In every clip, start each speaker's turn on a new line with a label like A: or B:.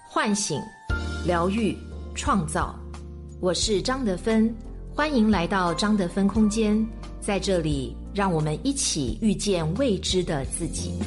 A: 唤醒、疗愈、创造。我是张德芬，欢迎来到张德芬空间，在这里让我们一起遇见未知的自己。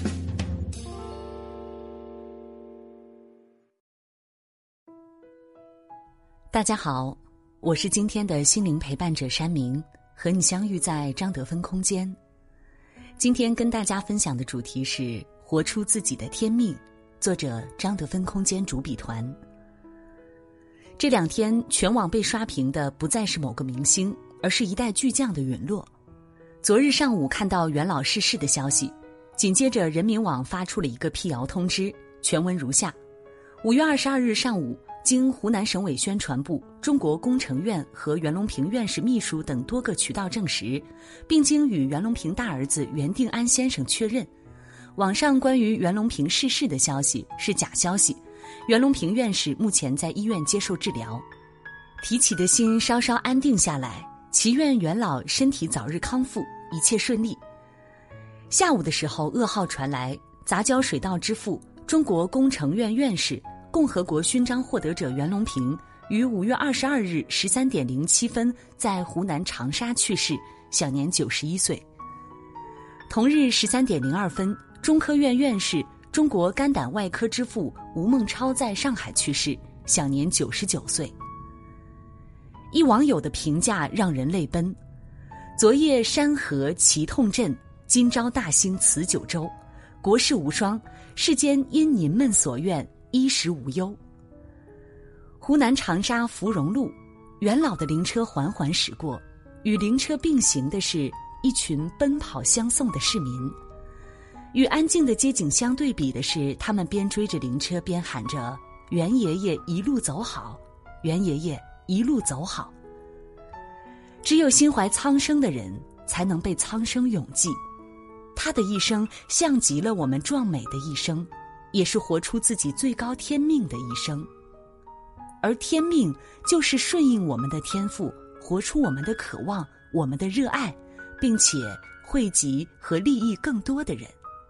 B: 大家好，我是今天的心灵陪伴者山明，和你相遇在张德芬空间。今天跟大家分享的主题是活出自己的天命，作者张德芬空间主笔团。这两天全网被刷屏的不再是某个明星，而是一代巨匠的陨落。昨日上午看到袁老逝世的消息，紧接着人民网发出了一个辟谣通知，全文如下：5月22日上午，经湖南省委宣传部、中国工程院和袁隆平院士秘书等多个渠道证实，并经与袁隆平大儿子袁定安先生确认，网上关于袁隆平逝世的消息是假消息，袁隆平院士目前在医院接受治疗。提起的心稍稍安定下来，祈愿袁老身体早日康复，一切顺利。下午的时候，噩耗传来，杂交水稻之父、中国工程院院士、共和国勋章获得者袁隆平于5月22日13点07分在湖南长沙去世，享年91岁。同日13点02分，中科院院士、中国肝胆外科之父吴孟超在上海去世，享年99岁。一网友的评价让人泪奔：昨夜山河齐痛震，今朝大兴辞九州，国事无双，世间因您们所愿，衣食无忧。湖南长沙芙蓉路，袁老的灵车缓缓驶过，与灵车并行的是一群奔跑相送的市民。与安静的街景相对比的是，他们边追着灵车边喊着袁爷爷一路走好，袁爷爷一路走好。只有心怀苍生的人才能被苍生永记，他的一生像极了我们壮美的一生，也是活出自己最高天命的一生。而天命就是顺应我们的天赋，活出我们的渴望，我们的热爱，并且惠及和利益更多的人。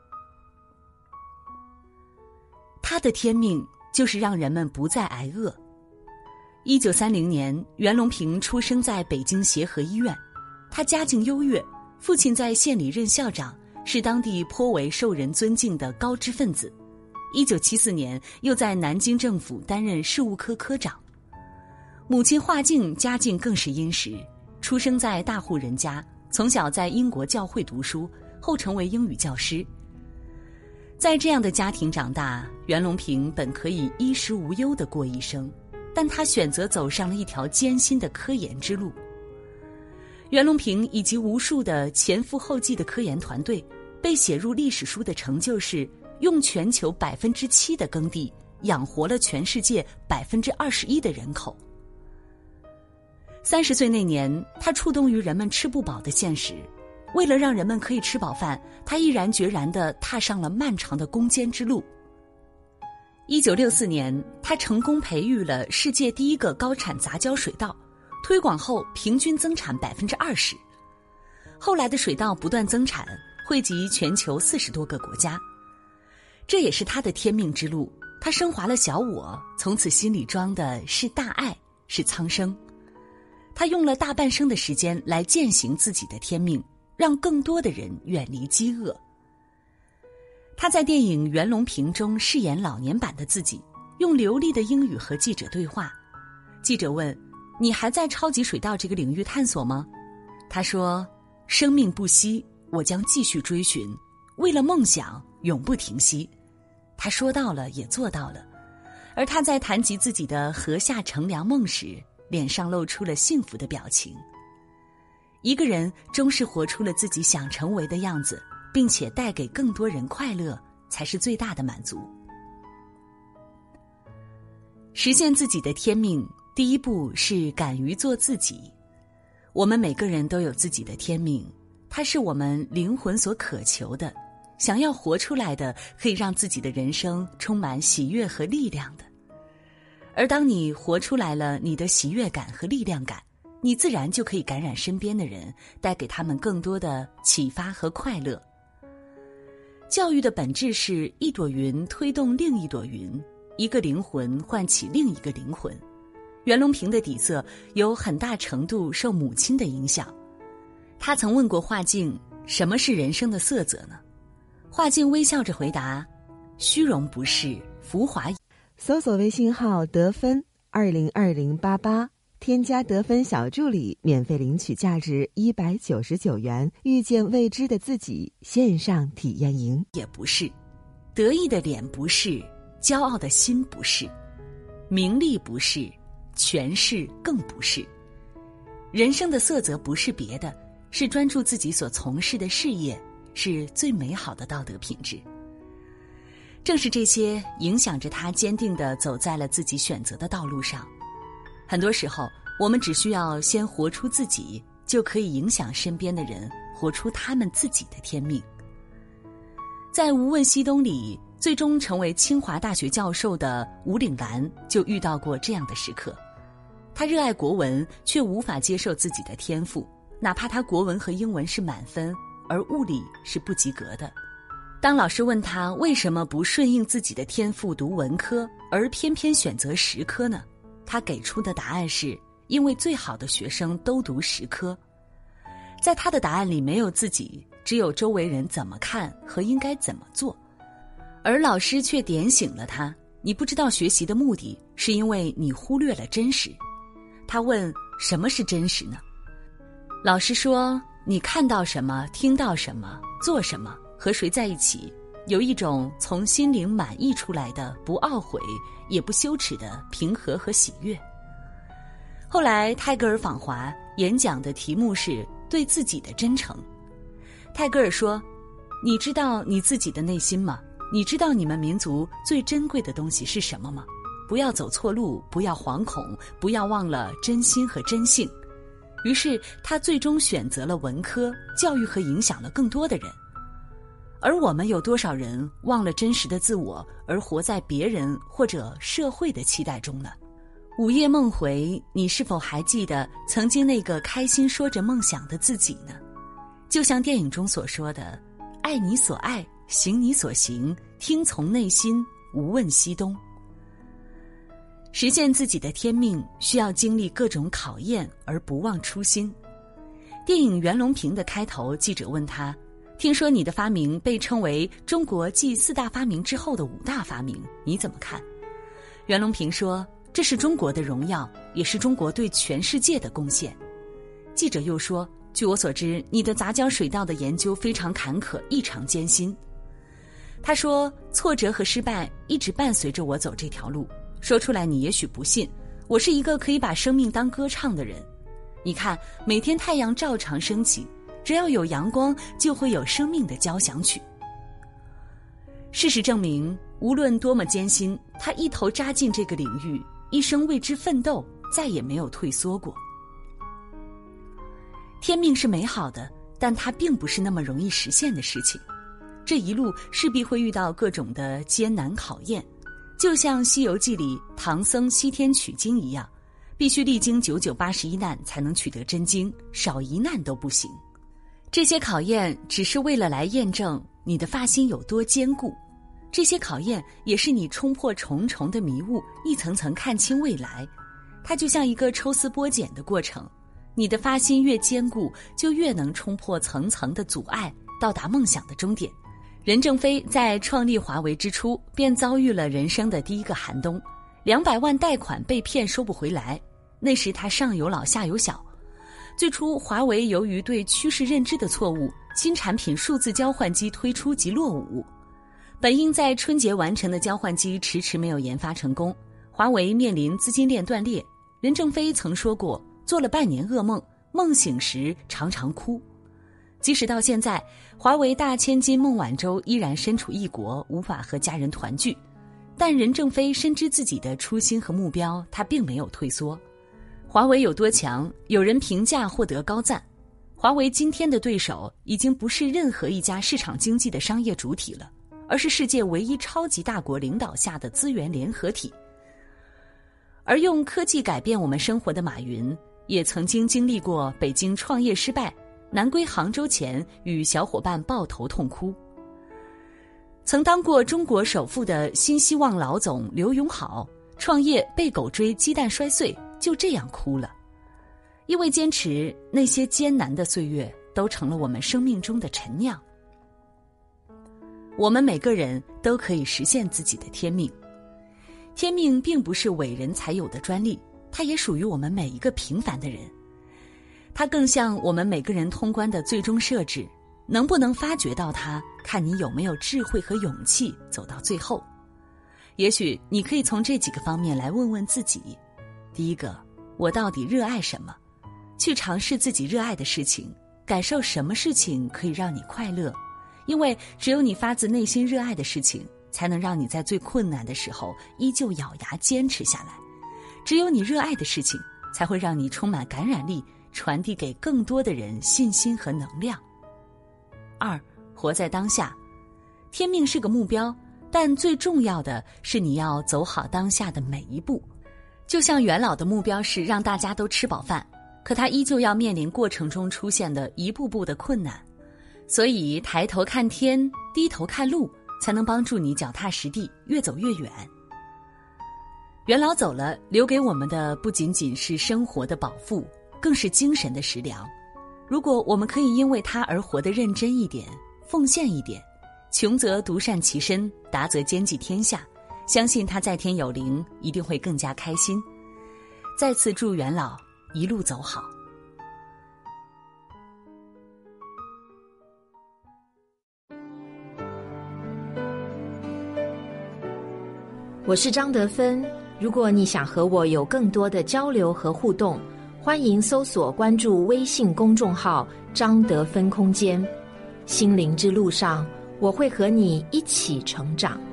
B: 他的天命就是让人们不再挨饿。1930年，袁隆平出生在北京协和医院，他家境优越，父亲在县里任校长，是当地颇为受人尊敬的高知分子。1974年，又在南京政府担任事务科科长。母亲华静家境更是殷实，出生在大户人家，从小在英国教会读书，后成为英语教师。在这样的家庭长大，袁隆平本可以衣食无忧地过一生，但他选择走上了一条艰辛的科研之路。袁隆平以及无数的前赴后继的科研团队，被写入历史书的成就是用全球7%的耕地养活了全世界21%的人口。30岁那年，他触动于人们吃不饱的现实，为了让人们可以吃饱饭，他毅然决然地踏上了漫长的攻坚之路。1964年，他成功培育了世界第一个高产杂交水稻，推广后平均增产20%。后来的水稻不断增产，惠及全球40多个国家。这也是他的天命之路，他升华了小我，从此心里装的是大爱，是苍生。他用了大半生的时间来践行自己的天命，让更多的人远离饥饿。他在电影《袁隆平》中饰演老年版的自己，用流利的英语和记者对话。记者问：你还在超级水稻这个领域探索吗？他说：生命不息，我将继续追寻，为了梦想永不停息。他说到了，也做到了。而他在谈及自己的禾下乘凉梦时，脸上露出了幸福的表情。一个人终是活出了自己想成为的样子，并且带给更多人快乐，才是最大的满足。实现自己的天命，第一步是敢于做自己。我们每个人都有自己的天命，它是我们灵魂所渴求的，想要活出来的，可以让自己的人生充满喜悦和力量的。而当你活出来了你的喜悦感和力量感，你自然就可以感染身边的人，带给他们更多的启发和快乐。教育的本质是一朵云推动另一朵云， 一个灵魂唤起另一个灵魂。袁隆平的底色有很大程度受母亲的影响。他曾问过画境，什么是人生的色泽呢？画境微笑着回答，虚荣不是，浮华。
C: 搜索微信号得分202088，添加得分小助理，免费领取价值199元遇见未知的自己线上体验营。
B: 也不是，得意的脸不是，骄傲的心不是，名利不是，权势更不是。人生的色泽不是别的，是专注自己所从事的事业，是最美好的道德品质。正是这些影响着他坚定地走在了自己选择的道路上。很多时候，我们只需要先活出自己，就可以影响身边的人活出他们自己的天命。在《无问西东》里，最终成为清华大学教授的吴岭澜就遇到过这样的时刻。他热爱国文，却无法接受自己的天赋，哪怕他国文和英文是满分，而物理是不及格的。当老师问他为什么不顺应自己的天赋读文科，而偏偏选择实科呢？他给出的答案是，因为最好的学生都读实科。在他的答案里没有自己，只有周围人怎么看和应该怎么做。而老师却点醒了他，你不知道学习的目的，是因为你忽略了真实。他问，什么是真实呢？老师说，你看到什么，听到什么，做什么，和谁在一起，有一种从心灵满溢出来的不懊悔也不羞耻的平和和喜悦。后来泰戈尔访华，演讲的题目是对自己的真诚。泰戈尔说，你知道你自己的内心吗？你知道你们民族最珍贵的东西是什么吗？不要走错路，不要惶恐，不要忘了真心和真性。于是他最终选择了文科，教育和影响了更多的人。而我们有多少人忘了真实的自我，而活在别人或者社会的期待中呢？午夜梦回，你是否还记得曾经那个开心说着梦想的自己呢？就像电影中所说的，爱你所爱，行你所行，听从内心，无问西东。实现自己的天命，需要经历各种考验，而不忘初心。电影《袁隆平》的开头，记者问他，听说你的发明被称为中国继4大发明之后的5大发明，你怎么看？袁隆平说，这是中国的荣耀，也是中国对全世界的贡献。记者又说，据我所知，你的杂交水稻的研究非常坎坷，异常艰辛。他说，挫折和失败一直伴随着我走这条路，说出来你也许不信，我是一个可以把生命当歌唱的人。你看，每天太阳照常升起，只要有阳光，就会有生命的交响曲。事实证明，无论多么艰辛，他一头扎进这个领域，一生为之奋斗，再也没有退缩过。天命是美好的，但它并不是那么容易实现的事情。这一路势必会遇到各种的艰难考验，就像《西游记》里唐僧西天取经一样，必须历经981难才能取得真经，少一难都不行。这些考验只是为了来验证你的发心有多坚固，这些考验也是你冲破重重的迷雾，一层层看清未来。它就像一个抽丝剥茧的过程，你的发心越坚固，就越能冲破层层的阻碍，到达梦想的终点。任正非在创立华为之初，便遭遇了人生的第一个寒冬，200万贷款被骗收不回来。那时他上有老下有小。最初华为由于对趋势认知的错误，新产品数字交换机推出即落伍。本应在春节完成的交换机迟迟没有研发成功，华为面临资金链断裂。任正非曾说过，做了半年噩梦，梦醒时常常哭。即使到现在，华为大千金孟晚舟依然身处异国，无法和家人团聚。但任正非深知自己的初心和目标，他并没有退缩。华为有多强，有人评价获得高赞。华为今天的对手已经不是任何一家市场经济的商业主体了，而是世界唯一超级大国领导下的资源联合体。而用科技改变我们生活的马云，也曾经经历过北京创业失败，南归杭州前与小伙伴抱头痛哭。 曾当过中国首富的新希望老总刘永好，创业被狗追，鸡蛋摔碎，就这样哭了。因为坚持，那些艰难的岁月都成了我们生命中的陈酿。我们每个人都可以实现自己的天命。天命并不是伟人才有的专利，它也属于我们每一个平凡的人。它更像我们每个人通关的最终设置，能不能发掘到它，看你有没有智慧和勇气走到最后。也许你可以从这几个方面来问问自己。第一个，我到底热爱什么？去尝试自己热爱的事情，感受什么事情可以让你快乐。因为只有你发自内心热爱的事情，才能让你在最困难的时候依旧咬牙坚持下来。只有你热爱的事情，才会让你充满感染力，传递给更多的人信心和能量。二，活在当下。天命是个目标，但最重要的是你要走好当下的每一步。就像元老的目标是让大家都吃饱饭，可他依旧要面临过程中出现的一步步的困难。所以抬头看天，低头看路，才能帮助你脚踏实地，越走越远。元老走了，留给我们的不仅仅是生活的饱腹，更是精神的食粮。如果我们可以因为他而活得认真一点，奉献一点，穷则独善其身，达则兼济天下，相信他在天有灵，一定会更加开心。再次祝元老一路走好。
A: 我是张德芬，如果你想和我有更多的交流和互动，欢迎搜索关注微信公众号张德芬空间。心灵之路上，我会和你一起成长。